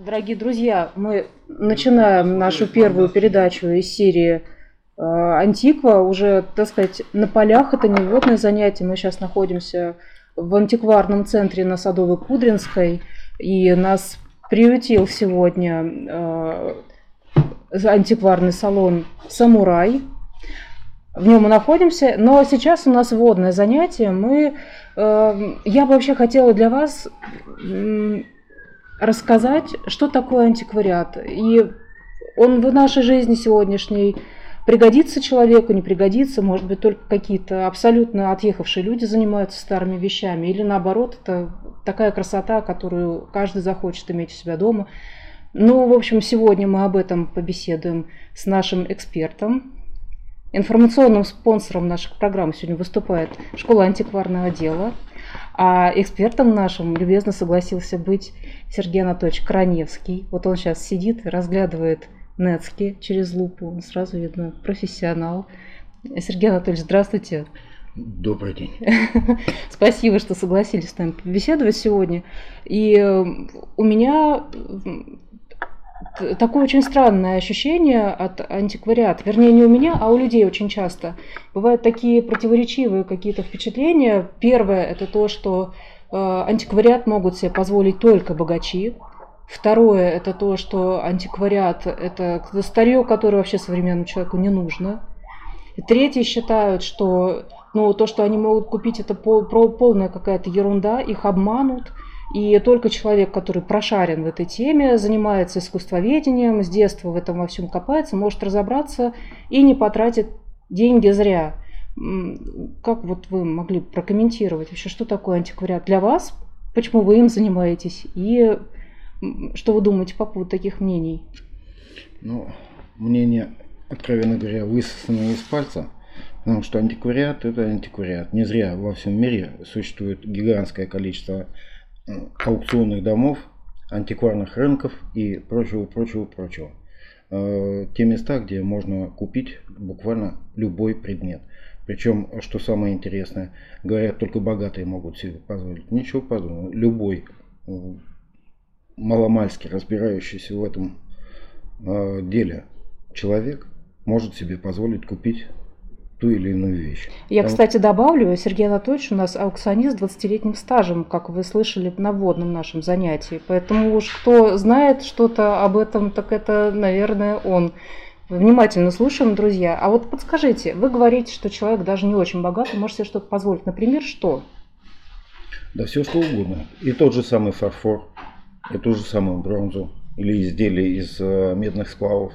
Дорогие друзья, мы начинаем нашу первую передачу из серии «Антиква». Уже, так сказать, на полях, это не вводное занятие. Мы сейчас находимся в антикварном центре на Садовой Кудринской. И нас приютил сегодня антикварный салон «Самурай». В нем мы находимся, но сейчас у нас вводное занятие. Я бы вообще хотела для вас рассказать, что такое антиквариат. И он в нашей жизни сегодняшней пригодится человеку, не пригодится. Может быть, только какие-то абсолютно отъехавшие люди занимаются старыми вещами. Или наоборот, это такая красота, которую каждый захочет иметь у себя дома. Ну, в общем, сегодня мы об этом побеседуем с нашим экспертом. Информационным спонсором наших программ сегодня выступает Школа антикварного дела, а экспертом нашим любезно согласился быть Сергей Анатольевич Краневский. Вот он сейчас сидит и разглядывает нетски через лупу, сразу видно профессионал. Сергей Анатольевич, здравствуйте. Добрый день. Спасибо, что согласились с нами побеседовать сегодня. И у меня такое очень странное ощущение от антиквариата. Вернее, не у меня, а у людей очень часто. Бывают такие противоречивые какие-то впечатления. Первое – это то, что антиквариат могут себе позволить только богачи. Второе – это то, что антиквариат – это старье, которое вообще современному человеку не нужно. И третье считают, что то, что они могут купить, это полная какая-то ерунда, их обманут. И только человек, который прошарен в этой теме, занимается искусствоведением, с детства в этом во всем копается, может разобраться и не потратит деньги зря. Как вот вы могли прокомментировать вообще, что такое антиквариат для вас, почему вы им занимаетесь и что вы думаете по поводу таких мнений? Мнение, откровенно говоря, высосано из пальца, потому что антиквариат – это антиквариат. Не зря во всем мире существует гигантское количество аукционных домов, антикварных рынков и прочего. Те места, где можно купить буквально любой предмет. Причем, что самое интересное, говорят, только богатые могут себе позволить. Ничего подобного. Любой маломальски разбирающийся в этом деле человек может себе позволить купить ту или иную вещь. Я, кстати, добавлю, Сергей Анатольевич у нас аукционист с 20-летним стажем, как вы слышали на вводном нашем занятии. Поэтому уж кто знает что-то об этом, так это, наверное, он. Внимательно слушаем, друзья. А вот подскажите, вы говорите, что человек даже не очень богатый, может себе что-то позволить. Например, что? Да все что угодно. И тот же самый фарфор, и ту же самую бронзу, или изделия из медных сплавов.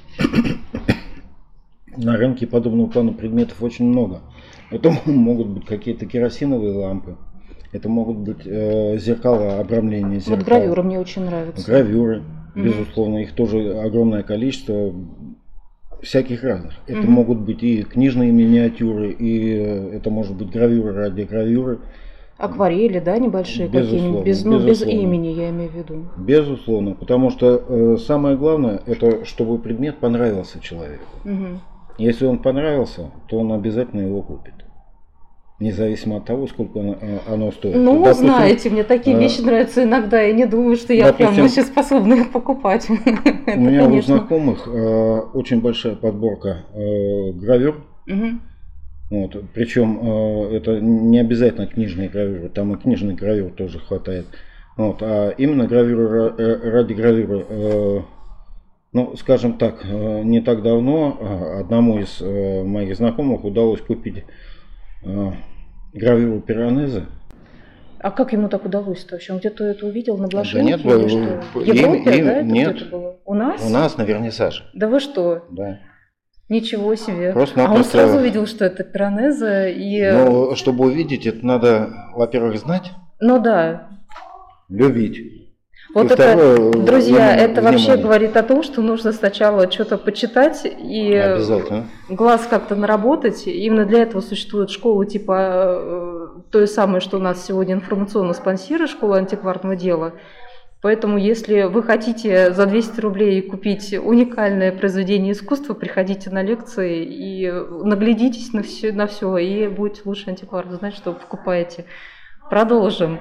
На рынке подобного плана предметов очень много. Это могут быть какие-то керосиновые лампы, это могут быть зеркала, обрамления зеркал. Вот гравюры мне очень нравятся. Гравюры, безусловно, их тоже огромное количество, всяких разных. Это могут быть и книжные миниатюры, и это может быть гравюры ради гравюры. Акварели, да, небольшие какие-нибудь, без имени, я имею в виду. Безусловно, потому что самое главное, это чтобы предмет понравился человеку. Если он понравился, то он обязательно его купит. Независимо от того, сколько оно стоит. Допустим, знаете, мне такие вещи нравятся иногда. Я не думаю, что я прям вообще способна их покупать. У меня у знакомых очень большая подборка гравюр. Причем это не обязательно книжные гравюры, там и книжных гравюр тоже хватает. А именно гравюры ради гравюры. Скажем так, не так давно одному из моих знакомых удалось купить гравюру Пиранезе. А как ему так удалось-то вообще? Он где-то это увидел на блошинке? Да нет, или что? В Европе, да, нет, это было? У нас? У нас на вернисаже. Да вы что? Да. Ничего себе. А он сразу увидел, что это Пиранезе и... Чтобы увидеть, это надо, во-первых, знать. Да. Любить. Вот это, друзья, это вообще говорит о том, что нужно сначала что-то почитать и глаз как-то наработать. Именно для этого существует школа типа той самой, что у нас сегодня информационно спонсирует, школа антикварного дела. Поэтому, если вы хотите за 200 рублей купить уникальное произведение искусства, приходите на лекции и наглядитесь на все, и будете лучше антиквар знать, что вы покупаете. Продолжим.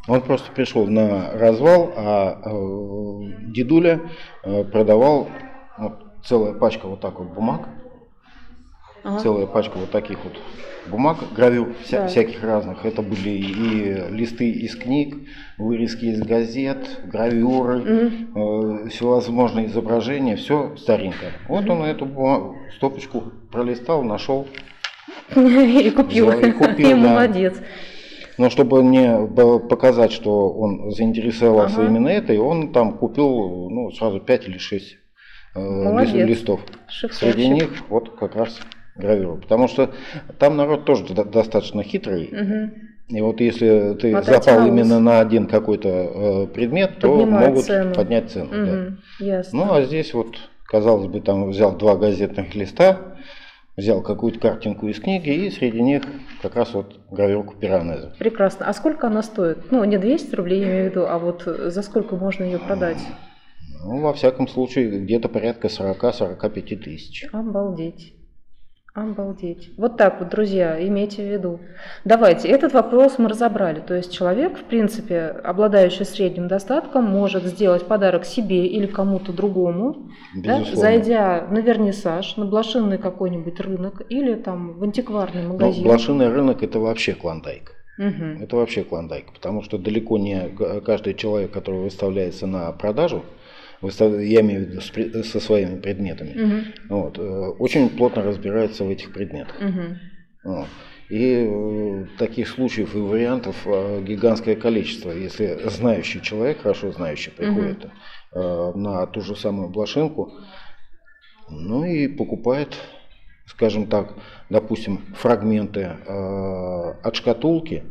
Он просто пришел на развал, а дедуля продавал вот, целая пачка вот так вот бумаг, целая пачка вот таких вот бумаг, гравюр всяких разных. Это были и листы из книг, вырезки из газет, гравюры, всевозможные изображения, все старенькое. Вот он эту стопочку пролистал, нашел. И купил. И молодец. Но чтобы мне показать, что он заинтересовался именно этой, он там купил сразу 5 или 6 листов. Среди них вот как раз гравюра. Потому что там народ тоже достаточно хитрый. И вот если ты запал именно на один какой-то предмет, то могут поднять цену. Ясно. Ну а здесь вот, казалось бы, там взял 2 газетных листа, взял какую-то картинку из книги и среди них как раз вот гравюрку Пиранеза. Прекрасно. А сколько она стоит? Ну, не 200 рублей, я имею в виду, а вот за сколько можно ее продать? Ну, во всяком случае, где-то порядка 40-45 тысяч. Обалдеть. Обалдеть. Вот так вот, друзья, имейте в виду. Давайте, этот вопрос мы разобрали. То есть человек, в принципе, обладающий средним достатком, может сделать подарок себе или кому-то другому, да, зайдя на вернисаж, на блошиный какой-нибудь рынок или там в антикварный магазин. Но блошиный рынок – это вообще клондайк. Это вообще клондайк, потому что далеко не каждый человек, который выставляется на продажу, я имею в виду со своими предметами, вот, очень плотно разбирается в этих предметах. Вот. И таких случаев и вариантов гигантское количество. Если знающий человек, хорошо знающий, приходит на ту же самую блошинку, ну и покупает, скажем так, допустим, фрагменты от шкатулки,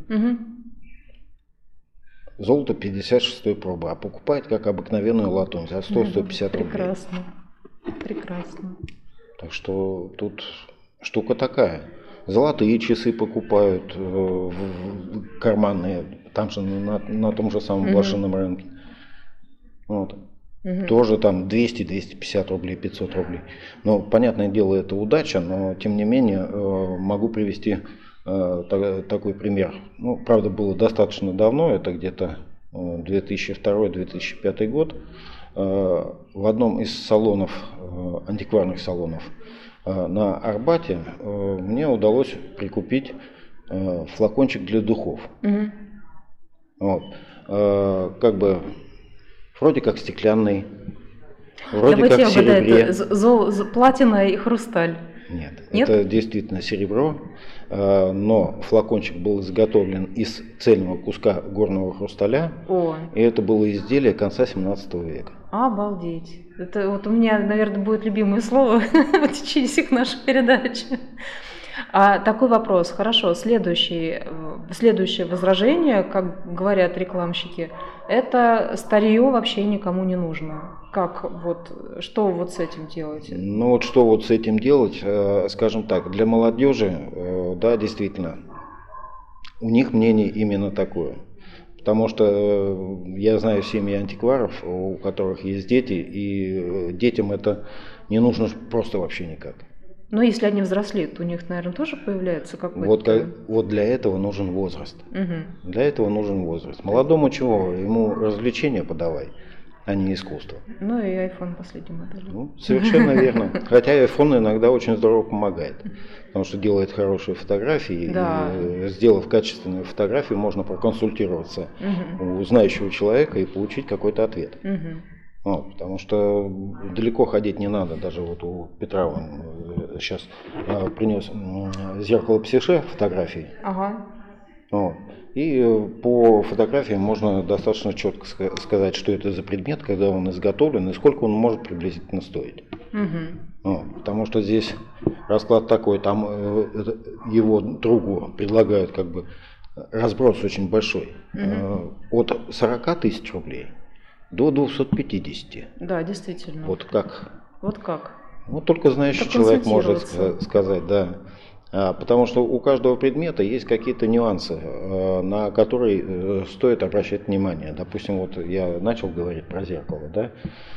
золото 56-й пробы, а покупает как обыкновенную латунь за 100-150 рублей. Прекрасно, прекрасно. Так что тут штука такая. Золотые часы покупают карманные, там же на том же самом блошином рынке. Вот. Тоже там 200, 250 рублей, 500 рублей. Но, понятное дело, это удача, но тем не менее могу привести такой пример. Ну, правда, было достаточно давно, это где-то 2002-2005 год. В одном из салонов, антикварных салонов на Арбате, мне удалось прикупить флакончик для духов. Вот. Как бы вроде как стеклянный, вроде как в серебре. Платина и хрусталь. Нет, это действительно серебро, но флакончик был изготовлен из цельного куска горного хрусталя, и это было изделие конца 17 века. Обалдеть. Это вот у меня, наверное, будет любимое слово в течение всех наших передач. А такой вопрос, хорошо, следующее возражение, как говорят рекламщики, это старье вообще никому не нужно. Как вот, что вот с этим делать? Ну вот что вот с этим делать, скажем так, для молодежи, да, действительно, у них мнение именно такое. Потому что я знаю семьи антикваров, у которых есть дети, и детям это не нужно просто вообще никак. Но если они взрослеют, у них, наверное, тоже появляется какой-то... Вот для этого нужен возраст. Для этого нужен возраст. Молодому чего? Ему развлечения подавай, а не искусство. Ну и iPhone последней модели. Ну, совершенно верно. Хотя iPhone иногда очень здорово помогает. Потому что делает хорошие фотографии. Да. И, сделав качественную фотографию, можно проконсультироваться у знающего человека и получить какой-то ответ. Вот, потому что далеко ходить не надо. Даже вот у Петра он сейчас принес зеркало Псише фотографии. Вот. И по фотографии можно достаточно четко сказать, что это за предмет, когда он изготовлен и сколько он может приблизительно стоить. Вот, потому что здесь расклад такой, там его другу предлагают как бы разброс очень большой. От 40 тысяч рублей до 250. Да, действительно. Вот как? Вот как? Вот только знающий человек может сказать, да. Потому что у каждого предмета есть какие-то нюансы, на которые стоит обращать внимание. Допустим, вот я начал говорить про зеркало, да.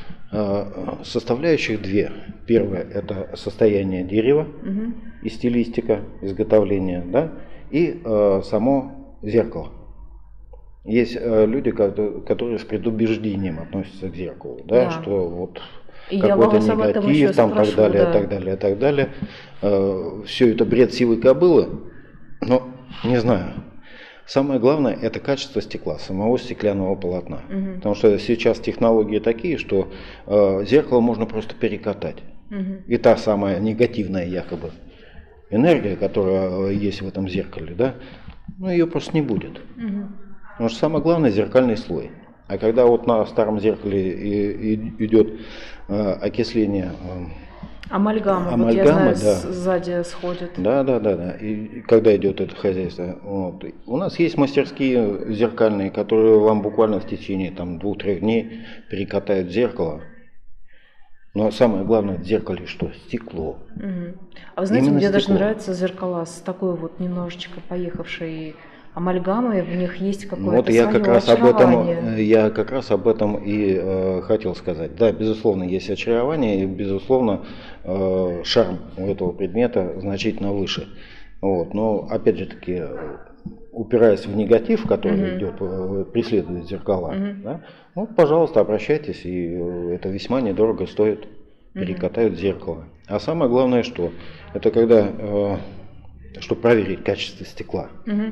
Составляющих две. Первое – это состояние дерева и стилистика изготовления, да, и само зеркало. Есть люди, которые с предубеждением относятся к зеркалу, да, что вот какой-то негатив, там так далее, так далее, так далее. Все это бред сивой кобылы, но не знаю. Самое главное — это качество стекла, самого стеклянного полотна. Потому что сейчас технологии такие, что зеркало можно просто перекатать. И та самая негативная якобы энергия, которая есть в этом зеркале, да, ну, ее просто не будет. Потому что самое главное — зеркальный слой. А когда вот на старом зеркале идет окисление амальгама, вот я знаю, сзади сходит. Да. И когда идет это хозяйство, вот. У нас есть мастерские зеркальные, которые вам буквально в течение 2-3 дней перекатают зеркало. Но самое главное в зеркале что? Стекло. А вы знаете, мне даже нравятся зеркала с такой вот немножечко поехавшей амальгамой, в них есть какое-то вот я как раз об этом и хотел сказать. Да, безусловно, есть очарование, и, безусловно, шарм у этого предмета значительно выше. Вот. Но, опять же таки, упираясь в негатив, который идет, преследует зеркала, да, ну, пожалуйста, обращайтесь, и это весьма недорого стоит, перекатают зеркало. А самое главное, что это когда, чтобы проверить качество стекла.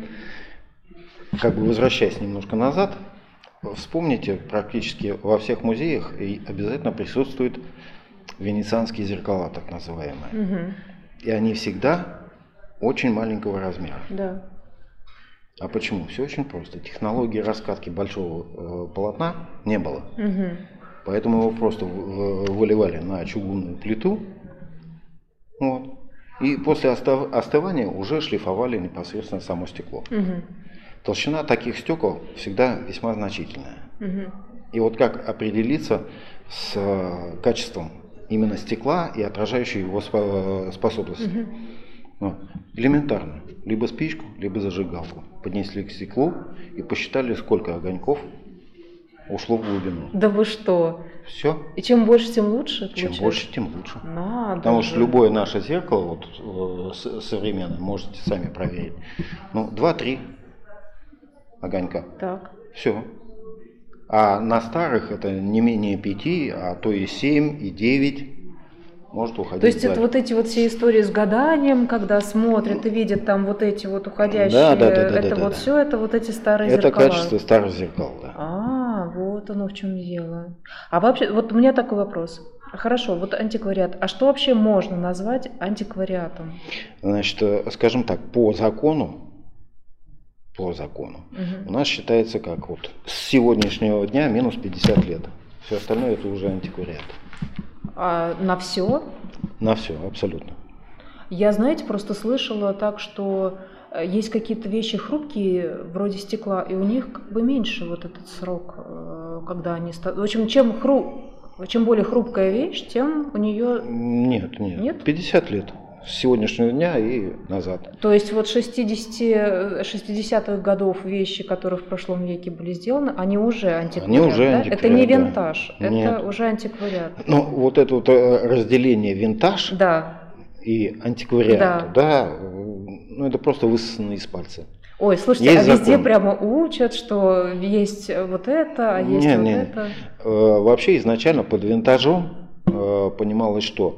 Как бы возвращаясь немножко назад, вспомните, практически во всех музеях и обязательно присутствуют венецианские зеркала, так называемые. И они всегда очень маленького размера. Да. А почему? Все очень просто. Технологии раскатки большого полотна не было. Поэтому его просто выливали на чугунную плиту. Вот, и после остывания уже шлифовали непосредственно само стекло. Толщина таких стекол всегда весьма значительная. И вот как определиться с качеством именно стекла и отражающей его способности? Ну, элементарно. Либо спичку, либо зажигалку поднесли к стеклу и посчитали, сколько огоньков ушло в глубину. Да вы что? Все. И чем больше, тем лучше? Чем больше, тем лучше. Надо. Потому что любое наше зеркало, вот, современное, можете сами проверить, ну, 2-3 огонька. Так. Все. А на старых это не менее 5, а то и 7, и 9 может уходить. То есть это вот эти вот все истории с гаданием, когда смотрят и видят там вот эти вот уходящие, все это вот эти старые зеркала. Это качество старых зеркал, да. Вот оно в чем дело. А вообще, вот у меня такой вопрос. Хорошо, вот антиквариат. А что вообще можно назвать антиквариатом? Значит, скажем так, по закону, у нас считается как вот с сегодняшнего дня минус 50 лет. Все остальное это уже антиквариат. А на все? На все, абсолютно. Я, знаете, просто слышала так, что есть какие-то вещи хрупкие, вроде стекла, и у них как бы меньше вот этот срок, когда они... В общем, чем более хрупкая вещь, тем у нее... Нет? 50 лет. С сегодняшнего дня и назад. То есть вот 60-х годов вещи, которые в прошлом веке были сделаны, они уже антиквариат, да? Это не винтаж, да. Это уже антиквариат. Ну, вот это вот разделение винтаж и антиквариат, ну, это просто высосано из пальца. Ой, слушайте, есть везде прямо учат, что есть вот это, а есть это. Вообще изначально под винтажом понималось, что...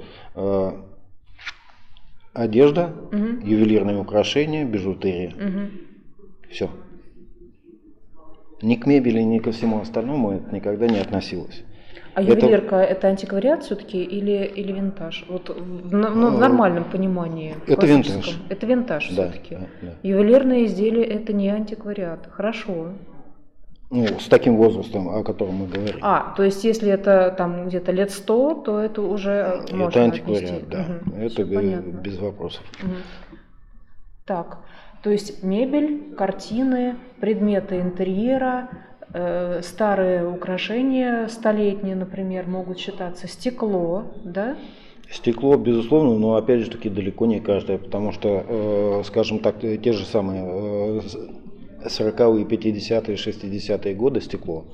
одежда, ювелирные украшения, бижутерия. Все. Ни к мебели, ни ко всему остальному это никогда не относилось. А ювелирка это антиквариат все-таки или винтаж? Вот в нормальном понимании. Это винтаж. Это винтаж все-таки. Да. Ювелирные изделия это не антиквариат. Хорошо. Ну, с таким возрастом, о котором мы говорим. То есть если это там где-то лет 100, то это уже можно это антиквариат, отнести. да. Это без вопросов. Так, то есть мебель, картины, предметы интерьера, старые украшения столетние, например, могут считаться, стекло, да? Стекло, безусловно, но опять же таки далеко не каждое, потому что, скажем так, те же самые 40-е, 50-е, 60-е годы стекло,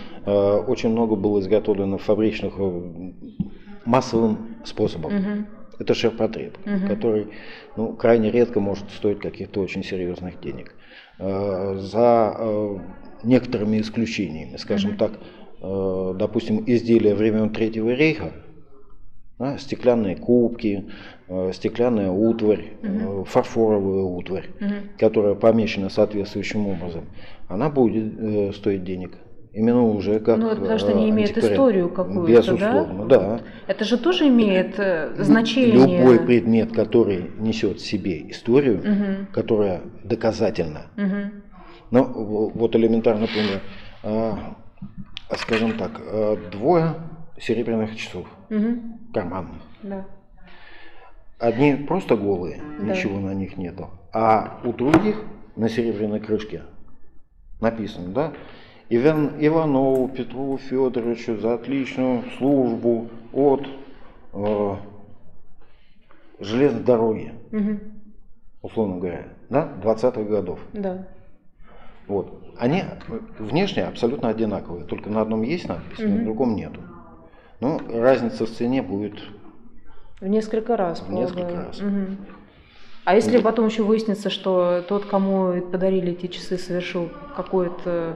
очень много было изготовлено фабричных массовым способом. Это ширпотреб, который крайне редко может стоить каких-то очень серьезных денег. За некоторыми исключениями, скажем так, допустим, изделия времен Третьего рейха, стеклянные кубки, стеклянная утварь, фарфоровая утварь, которая помечена соответствующим образом, она будет стоить денег. Именно уже как это потому что они имеют историю какую-то, безусловно, да? Это же тоже имеет значение. Любой предмет, который несет в себе историю, которая доказательна. Вот элементарный пример. Скажем так, 2 серебряных часов карманных. Да. Одни просто голые, ничего на них нету, а у других на серебряной крышке написано, да? Иванову Петру Федоровичу за отличную службу от железной дороги, условно говоря, да, 20-х годов. Да. Вот. Они внешне абсолютно одинаковые, только на одном есть надпись, на другом нету. Но разница в цене будет в несколько раз. В несколько раз. А если потом еще выяснится, что тот, кому подарили эти часы, совершил какой-то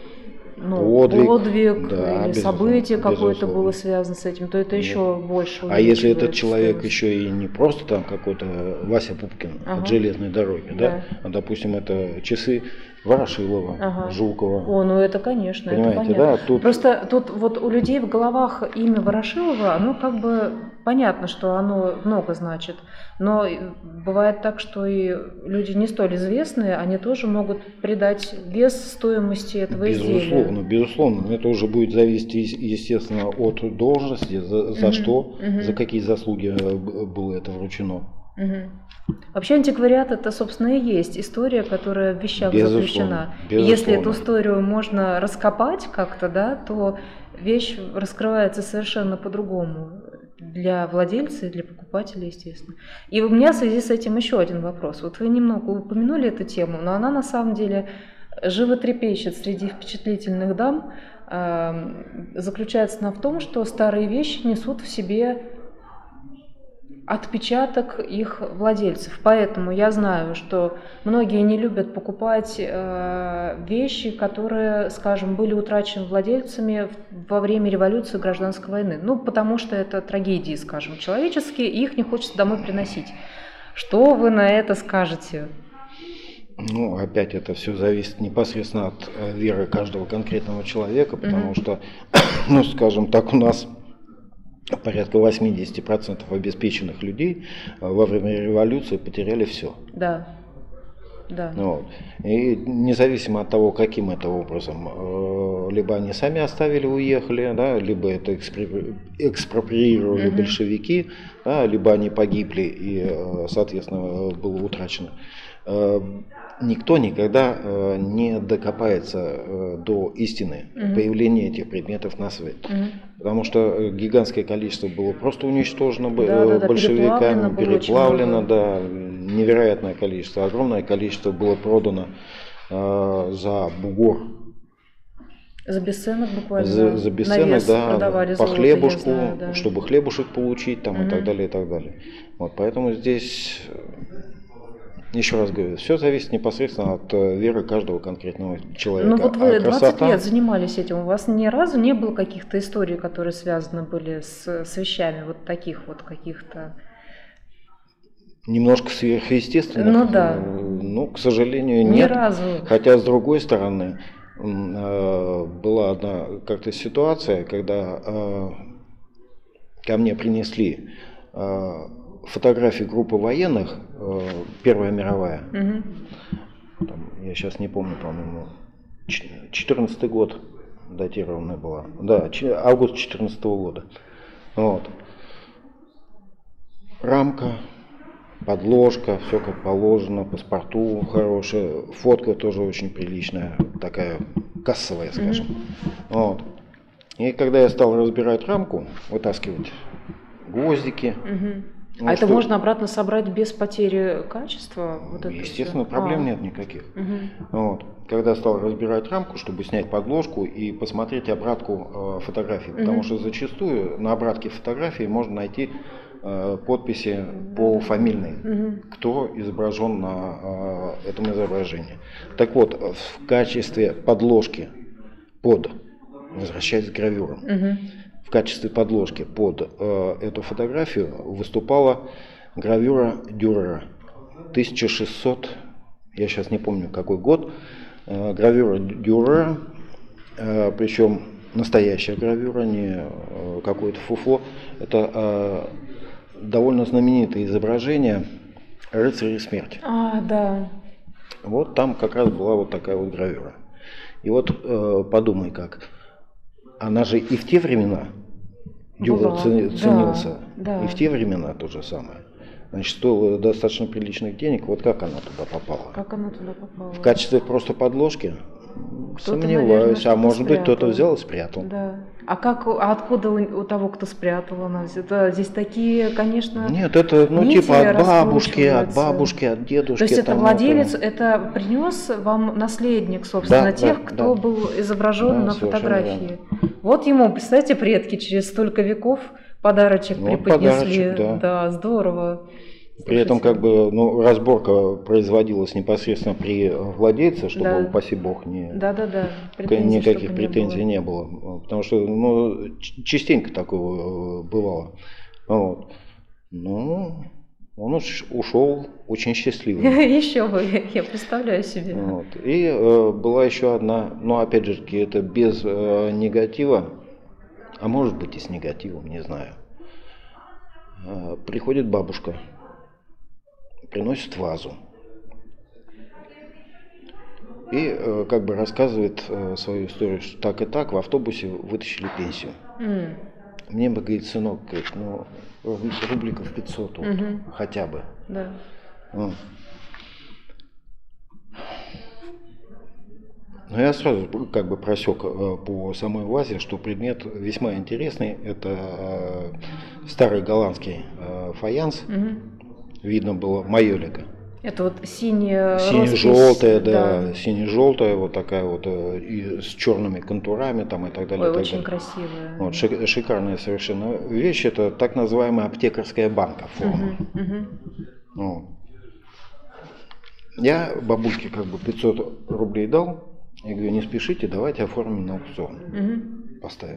подвиг да, или событие какое-то было связано с этим, то это еще больше. А если этот человек еще и не просто там какой-то Вася Пупкин от железной дороги, да? А допустим это часы Ворошилова, Жукова. Это конечно, понимаете, это понятно. Да? Просто тут вот у людей в головах имя Ворошилова, оно как бы понятно, что оно много значит, но бывает так, что и люди не столь известные, они тоже могут придать вес стоимости этого изделия. Безусловно, это уже будет зависеть, естественно, от должности, за что, за какие заслуги было это вручено. Вообще антиквариат это, собственно, и есть история, которая в вещах заключена. И если эту историю можно раскопать как-то, да, то вещь раскрывается совершенно по-другому для владельца и для покупателя, естественно. И у меня в связи с этим еще один вопрос. Вот вы немного упомянули эту тему, но она на самом деле животрепещет среди впечатлительных дам. Заключается она в том, что старые вещи несут в себе отпечаток их владельцев. Поэтому я знаю, что многие не любят покупать вещи, которые, скажем, были утрачены владельцами во время революции и гражданской войны. Потому что это трагедии, скажем, человеческие, и их не хочется домой приносить. Что вы на это скажете? Опять это все зависит непосредственно от веры каждого конкретного человека, потому что, скажем так, у нас порядка 80% обеспеченных людей во время революции потеряли все. Да. И независимо от того, каким это образом, либо они сами оставили, уехали, да, либо это экспроприировали большевики, да, либо они погибли и, соответственно, было утрачено. Никто никогда не докопается до истины появления этих предметов на свет. Потому что гигантское количество было просто уничтожено большевиками, переплавлено, невероятное количество, огромное количество было продано за бугор. За бесценок буквально. За бесценок, по хлебушку, чтобы хлебушек получить там, и так далее, и так далее. Поэтому здесь... Еще раз говорю, все зависит непосредственно от веры каждого конкретного человека. Вы 20 лет занимались этим, у вас ни разу не было каких-то историй, которые связаны были с вещами, вот таких вот каких-то? Немножко сверхъестественных? К сожалению, нет. Ни разу. Хотя, с другой стороны, была одна как-то ситуация, когда ко мне принесли фотографии группы военных, Первая мировая, я сейчас не помню, по-моему, 14-й год датированная была, август 14-го года. Рамка, подложка, все как положено, паспорту хорошая, фотка тоже очень приличная, такая кассовая, скажем. И когда я стал разбирать рамку, вытаскивать гвоздики. А это можно обратно собрать без потери качества? Естественно, проблем нет никаких. Когда стал разбирать рамку, чтобы снять подложку и посмотреть обратку фотографий, потому что зачастую на обратке фотографии можно найти подписи пофамильные, кто изображен на этом изображении. Так вот, в качестве подложки под, возвращаясь к гравюрам, в качестве подложки под эту фотографию выступала гравюра Дюрера 1600, я сейчас не помню какой год, гравюра Дюрера, причем настоящая гравюра, не какое-то фуфло. Это довольно знаменитое изображение «Рыцаря смерти». Да. Вот там как раз была вот такая вот гравюра. И вот подумай как. Она же и в те времена Дюрер ценился, да. И в те времена то же самое. Значит, стоило достаточно приличных денег. Вот как она туда попала? Как она туда попала? В качестве просто подложки? Кто-то, Сомневаюсь, наверное, может быть, спрятал. кто-то взял и спрятал. Да. А откуда у того, кто спрятал она? Это здесь такие, конечно. Нет, это типа от бабушки, от дедушки. То есть это владелец, это принес вам наследник, собственно, тех, кто был изображен на фотографии. Верно. Вот ему, представьте, предки через столько веков подарочек преподнесли. Да, здорово. При этом как бы разборка производилась непосредственно при владельце, чтобы, упаси бог, никаких претензий не было. Потому что частенько такое бывало. Вот. Он ушел очень счастливым. Еще бы, я представляю себе. Вот. И была еще одна, опять же таки, это без негатива, а может быть и с негативом, не знаю. Приходит бабушка. Приносит вазу и как бы рассказывает свою историю, что так и так в автобусе вытащили пенсию. Мне бы, говорит, сынок, рубликов 500 хотя бы. Да. Но я сразу как бы просек по самой вазе, что предмет весьма интересный. Это старый голландский фаянс. Видно было майолика. Это вот сине-желтая, сине-желтая, вот такая вот, и с черными контурами там и так далее. Ой, очень красивая. Вот, шикарная совершенно вещь. Это так называемая аптекарская банка форма. Вот. Я бабульке как бы 500 рублей дал. Я говорю, не спешите, давайте оформим на аукцион. Поставим.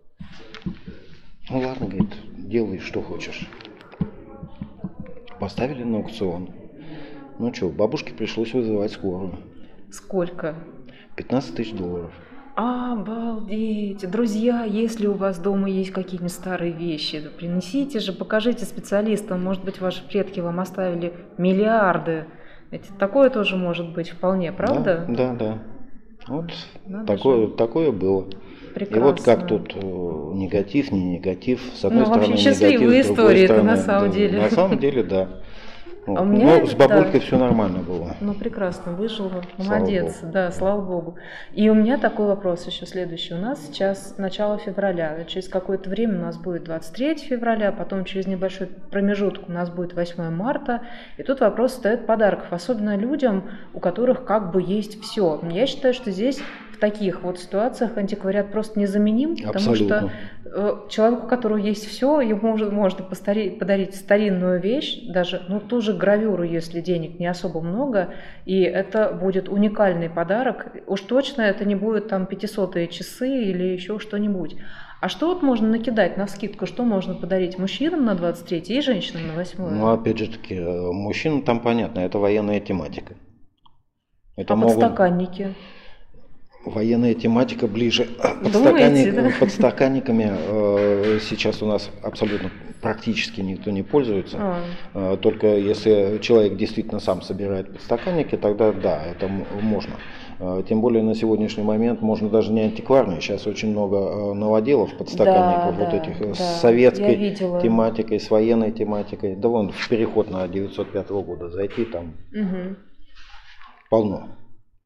Ну ладно, говорит, делай, что хочешь. Поставили на аукцион. Ну что, бабушке пришлось вызывать скорую. Сколько? $15 000. Обалдеть! Друзья, если у вас дома есть какие-нибудь старые вещи, принесите же, покажите специалистам. Может быть, ваши предки вам оставили миллиарды. Ведь такое тоже может быть вполне, правда? Да. Вот такое было. Прекрасно. И вот как тут негатив, не негатив. С одной стороны вообще счастливые негатив, с другой истории стороны, на самом деле. На самом деле, да. А у меня с бабулькой все нормально было. Прекрасно, выжила, молодец, слава богу. И у меня такой вопрос еще следующий. У нас сейчас начало февраля, через какое-то время у нас будет 23 февраля, потом через небольшой промежуток у нас будет 8 марта. И тут вопрос стоит подарков, особенно людям, у которых как бы есть все. Я считаю, что здесь в таких вот ситуациях антиквариат просто незаменим, потому что человеку, у которого есть все, ему можно подарить старинную вещь, даже ту же гравюру, если денег не особо много, и это будет уникальный подарок. Уж точно это не будет там 500-е часы или еще что-нибудь. А что вот можно накидать навскидку, что можно подарить мужчинам на 23 и женщинам на 8? Опять же таки, мужчинам там понятно, это военная тематика. Это подстаканники? Военная тематика ближе. Подстаканниками сейчас у нас абсолютно практически никто не пользуется. Только если человек действительно сам собирает подстаканники, тогда да, это можно. Тем более на сегодняшний момент можно даже не антикварные. Сейчас очень много новоделов, подстаканников этих с советской тематикой, с военной тематикой. Да вон в переход на 905 года зайти там полно.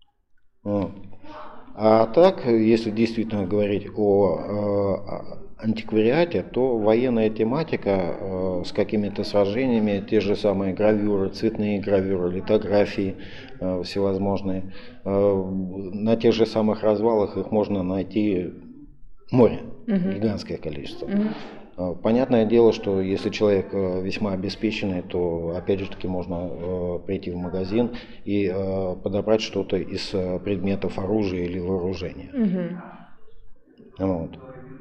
А так, если действительно говорить о антиквариате, то военная тематика с какими-то сражениями, те же самые гравюры, цветные гравюры, литографии всевозможные, на тех же самых развалах их можно найти море, гигантское количество. Понятное дело, что если человек весьма обеспеченный, то опять же таки можно прийти в магазин и подобрать что-то из предметов оружия или вооружения. Вот.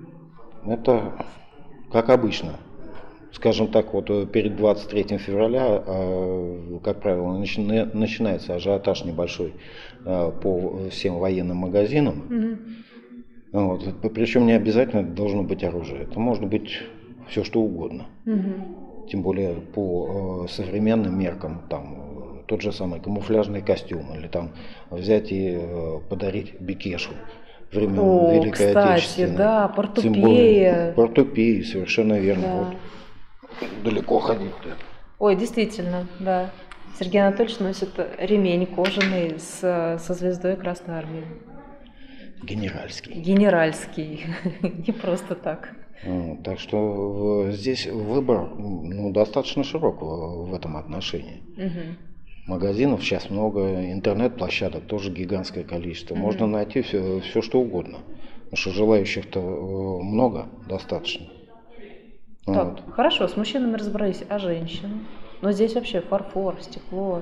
Это как обычно. Скажем так, вот перед 23 февраля, как правило, начинается ажиотаж небольшой по всем военным магазинам. Вот. Причем не обязательно должно быть оружие. Это может быть все что угодно. Тем более по современным меркам, там тот же самый камуфляжный костюм, или там взять и подарить бекешу времен Великой Отечественной. Да, портупея. Портупеи, совершенно верно. Да. Вот. Далеко ходить-то. Ой, действительно, да. Сергей Анатольевич носит ремень кожаный со звездой Красной Армии. Генеральский. Генеральский. Не просто так. Так что здесь выбор достаточно широк в этом отношении. Магазинов сейчас много, интернет-площадок тоже гигантское количество. Можно найти все что угодно. Потому что желающих-то много, достаточно. Так, хорошо, с мужчинами разобрались, а женщины? Но здесь вообще фарфор, стекло.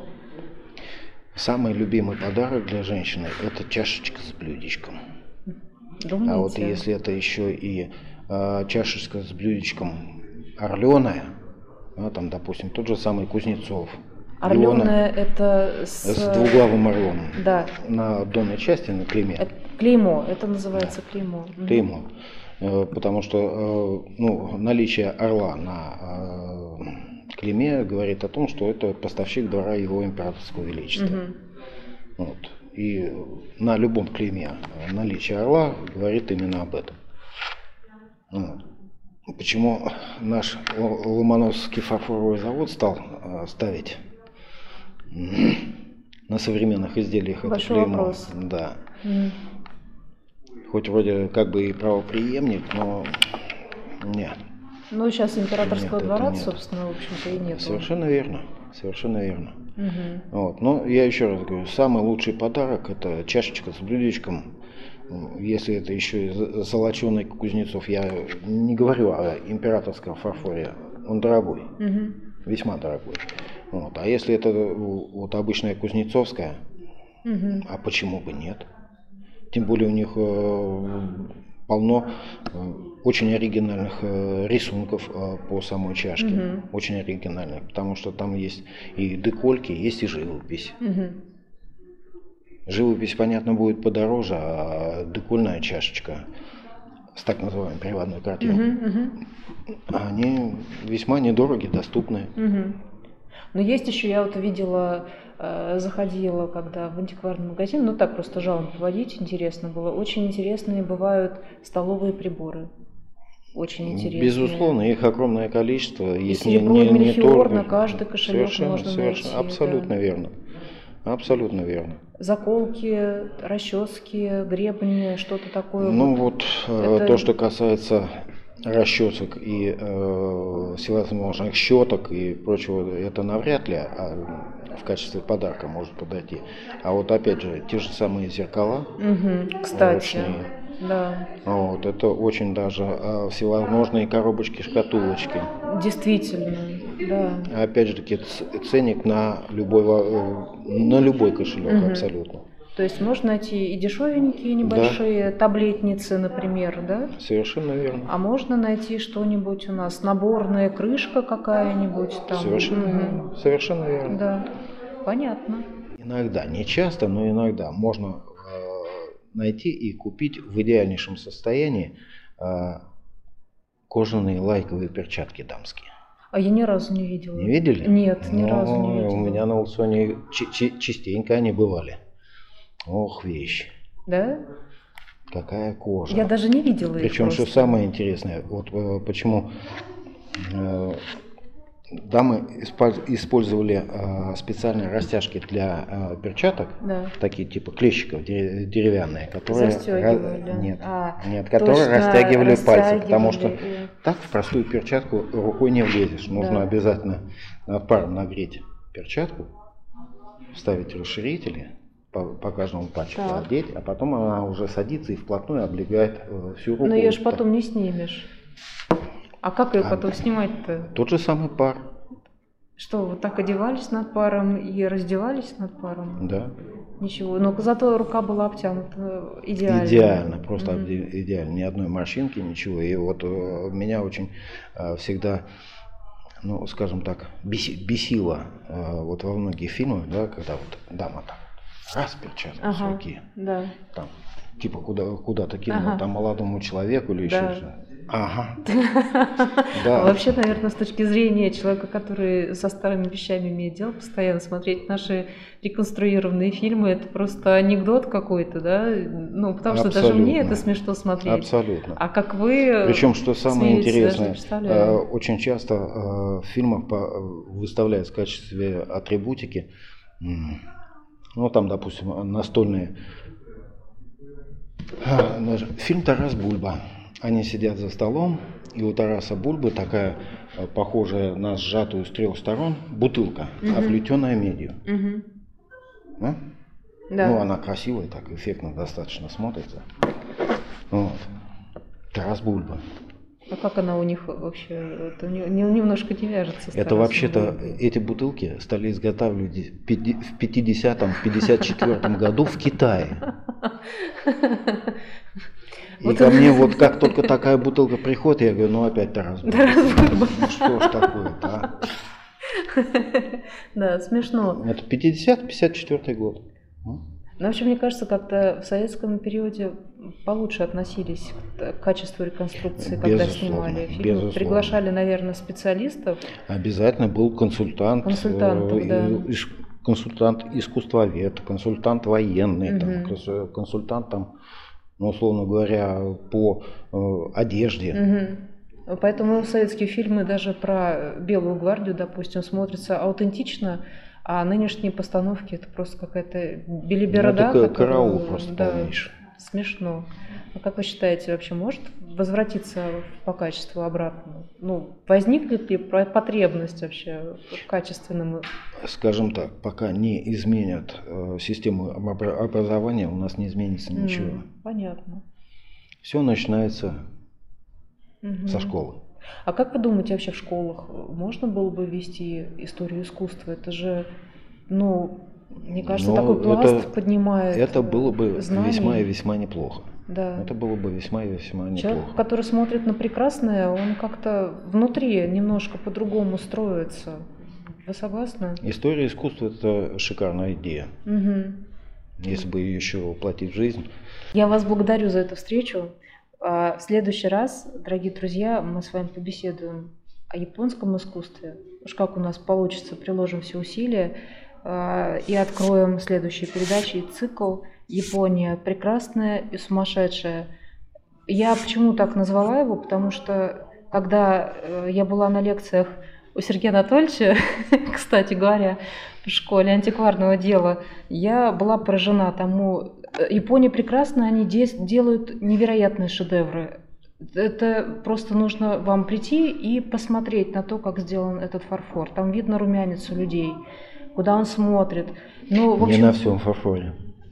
Самый любимый подарок для женщины – это чашечка с блюдечком. Думаете? А вот если это еще и чашечка с блюдечком орленая, там, допустим, тот же самый Кузнецов. Орленая – это с двуглавым орлом. Да. На донной части, на клейме. Клеймо, это называется клеймо. Клеймо. Потому что наличие орла на клейме говорит о том, что это поставщик двора его императорского величества. Вот. И на любом клейме наличие орла говорит именно об этом. Вот. Почему наш Ломоносовский фарфоровый завод стал ставить на современных изделиях это клеймо? Вопрос. Да. Хоть вроде как бы и правопреемник, но нет. Ну, сейчас императорского двора, нет. собственно, в общем-то, и нет. Совершенно верно. Совершенно верно. Вот. Но я еще раз говорю, самый лучший подарок – это чашечка с блюдечком. Если это еще и золоченый Кузнецов, я не говорю о императорском фарфоре, он дорогой, весьма дорогой. Вот. А если это вот обычная кузнецовская, а почему бы нет? Тем более у них полно очень оригинальных рисунков по самой чашке. Очень оригинальных, потому что там есть и декольки, есть и живопись. Живопись, понятно, будет подороже, а декольная чашечка с так называемой приватной картиной, они весьма недороги, доступны. Но есть еще, я вот видела, заходила, когда в антикварный магазин, ну так просто жалом поводить, интересно было. Очень интересные бывают столовые приборы. Очень интересные. Безусловно, их огромное количество. И серебро, и мельхиор на каждый кошелек можно найти. Абсолютно верно. Абсолютно верно. Заколки, расчески, гребни, что-то такое. Ну вот, то, что касается расчесок и всевозможных щеток и прочего, это навряд ли в качестве подарка может подойти. А вот опять же, те же самые зеркала, кстати, ручные. Да. Вот, это очень даже всевозможные коробочки, шкатулочки. Действительно, да. Опять же таки ценник на любой кошелек абсолютно. То есть можно найти и дешевенькие небольшие таблетницы, например, да? Совершенно верно. А можно найти что-нибудь у нас, наборная крышка какая-нибудь там. Совершенно верно. Да, понятно. Иногда, не часто, но иногда можно найти и купить в идеальнейшем состоянии кожаные лайковые перчатки дамские. А я ни разу не видела. Не видели? Нет, ни разу не видела. У меня на аукционе частенько они бывали. Ох, вещь. Да? Какая кожа. Я даже не видела их. Причем, что самое интересное, вот почему дамы использовали специальные растяжки для перчаток, такие типа клещиков деревянные, которые которые растягивали пальцы, потому что так в простую перчатку рукой не влезешь. Нужно обязательно над паром нагреть перчатку, вставить расширители, по каждому пальчику одеть, а потом она уже садится и вплотную облегает всю руку. Но ее же потом не снимешь. А как ее потом снимать-то? Тот же самый пар. Что, вот так одевались над паром и раздевались над паром? Да. Ничего, но зато рука была обтянута идеально. Идеально, просто идеально. Ни одной морщинки, ничего. И вот меня очень всегда, ну, скажем так, бесило вот во многих фильмах, да, когда вот дама там раз перчатку с руки, да. там, типа куда-то кинула, там молодому человеку или еще что-то. Ага. Да. Вообще, наверное, с точки зрения человека, который со старыми вещами имеет дело, постоянно смотреть наши реконструированные фильмы, это просто анекдот какой-то, да? Ну, потому что даже мне это смешно смотреть. Абсолютно. А как вы... Причем, что самое интересное, очень часто в фильмах выставляют в качестве атрибутики, ну, там, допустим, настольные... Фильм «Тарас Бульба». Они сидят за столом, и у Тараса Бульбы такая, похожая на сжатую с 3 сторон, бутылка, оплетенная медью. Да? Да. Ну, она красивая, так эффектно достаточно смотрится. Вот. Тарас Бульба. А как она у них вообще, это немножко не вяжется? Это вообще-то, эти бутылки стали изготавливать в 50-м, 54-м году в Китае. И ко мне вот как только такая бутылка приходит, я говорю, ну опять Тарас Бульба. Ну что ж такое-то, а? Да, смешно. Это 50-54 год. Ну, вообще, мне кажется, как-то в советском периоде получше относились к качеству реконструкции, когда снимали фильмы. Безусловно. Приглашали, наверное, специалистов. Обязательно был консультант. Консультант искусствовед, консультант военный, там, консультант там, ну, условно говоря, по одежде. Поэтому советские фильмы даже про Белую гвардию, допустим, смотрятся аутентично, а нынешние постановки это просто какая-то белиберда. Ну, это караул просто полнейший. Смешно. А как вы считаете, вообще может возвратиться по качеству обратно? Ну, возникнет ли потребность вообще в качественном? Скажем так, пока не изменят систему образования, у нас не изменится ничего. Понятно. Все начинается со школы. А как вы думаете, вообще в школах можно было бы вести историю искусства? Это же, ну, мне кажется, такой пласт поднимает. Это было бы знаний. Весьма и весьма неплохо. Да. Это было бы весьма и весьма неплохо. Человек, который смотрит на прекрасное, он как-то внутри немножко по-другому строится. Вы согласны? История искусства – это шикарная идея. Если бы ее еще воплотить в жизнь. Я вас благодарю за эту встречу. В следующий раз, дорогие друзья, мы с вами побеседуем о японском искусстве. Уж как у нас получится, приложим все усилия и откроем следующие передачи и цикл «Япония прекрасная и сумасшедшая». Я почему так назвала его? Потому что, когда я была на лекциях у Сергея Анатольевича, кстати говоря, в школе антикварного дела, я была поражена тому. Япония прекрасна, они делают невероятные шедевры. Это просто нужно вам прийти и посмотреть на то, как сделан этот фарфор. Там видно румянец у людей, куда он смотрит. Ну, в общем, не на всем фарфоре.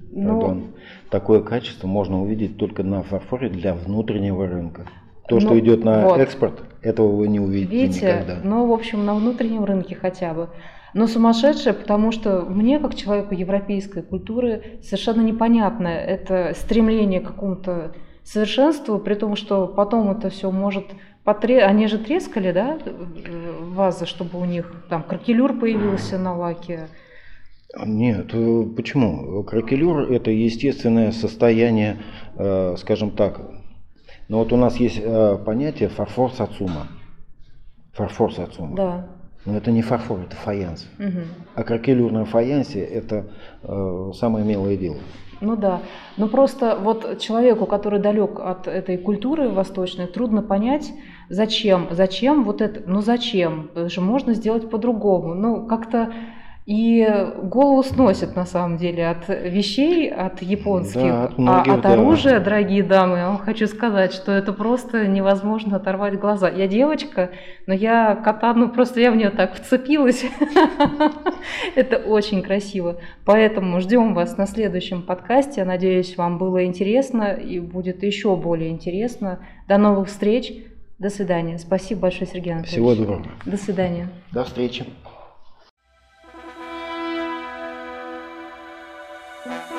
Такое качество можно увидеть только на фарфоре для внутреннего рынка. То, что идет на экспорт, этого вы не увидите никогда. Ну, в общем, на внутреннем рынке хотя бы. Но сумасшедшее, потому что мне, как человеку европейской культуры, совершенно непонятно это стремление к какому-то совершенству, при том, что потом это все может... Они же трескали, да, вазы, чтобы у них там кракелюр появился на лаке. Нет, почему? Кракелюр – это естественное состояние, скажем так. Но вот у нас есть понятие фарфор сацума. Фарфор сацума. Да. Но это не фарфор, это фаянс. А кракелюр на фаянсе – это самое милое дело. Ну да, но просто вот человеку, который далек от этой культуры восточной, трудно понять, зачем вот это, ну зачем, это же можно сделать по-другому, ну как-то и голову сносит на самом деле от вещей, от японских, да, от многих, от оружия, да. Дорогие дамы, я вам хочу сказать, что это просто невозможно оторвать глаза. Я девочка, но я катану, просто я в нее так вцепилась. Это очень красиво. Поэтому ждем вас на следующем подкасте. Я надеюсь, вам было интересно и будет еще более интересно. До новых встреч. До свидания. Спасибо большое, Сергей Анатольевич. Всего доброго. До свидания. До встречи.